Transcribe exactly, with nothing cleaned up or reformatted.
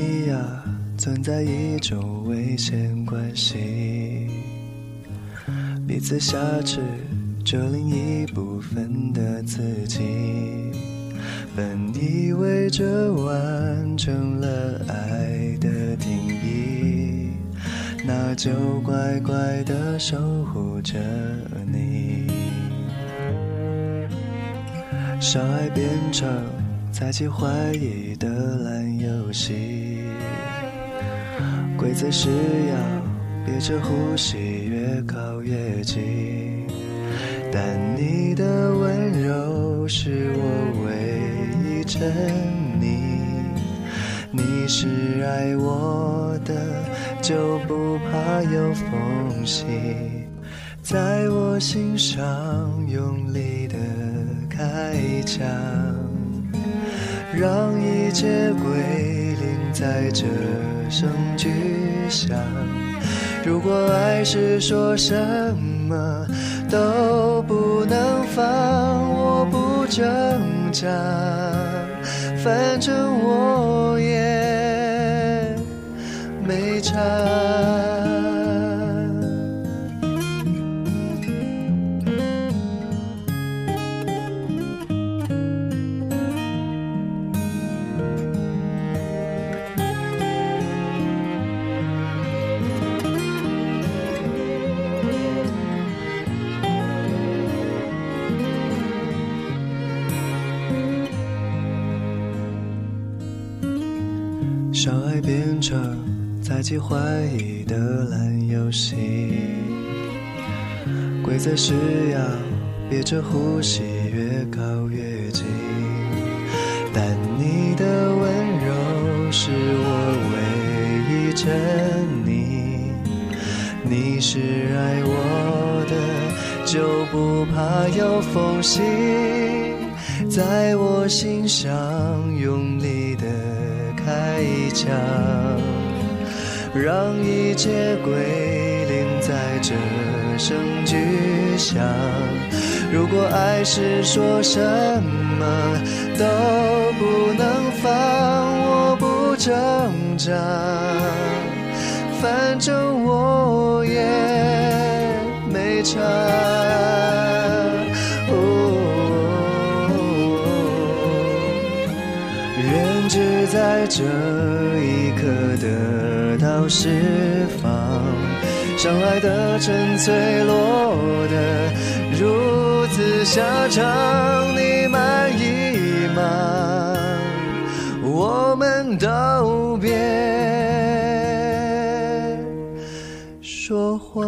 你呀，存在一种危险关系，彼此挟持着另一部分的自己，本以为这完成了爱的定义，那就乖乖地守护着你。相爱变成猜忌怀疑的烂游戏，规则是要憋着呼吸越靠越近，但你的温柔是我唯一沉溺，你是爱我的就不怕有缝隙，在我心上用力的开枪，让一切归零，在这声巨响。如果爱是说什么都不能放，我不挣扎，反正我也没差。相爱变成猜忌怀疑的烂游戏，规则是要憋着呼吸越靠越近，但你的温柔是我唯一沉溺，你是爱我的就不怕有缝隙，在我心上用力的开枪，让一切归零，在这声巨响。如果爱是说什么都不能放，我不挣扎，反正我也没差。愿只在这一刻得到释放，相爱的纯粹落得如此下场，你满意吗？我们都别说谎。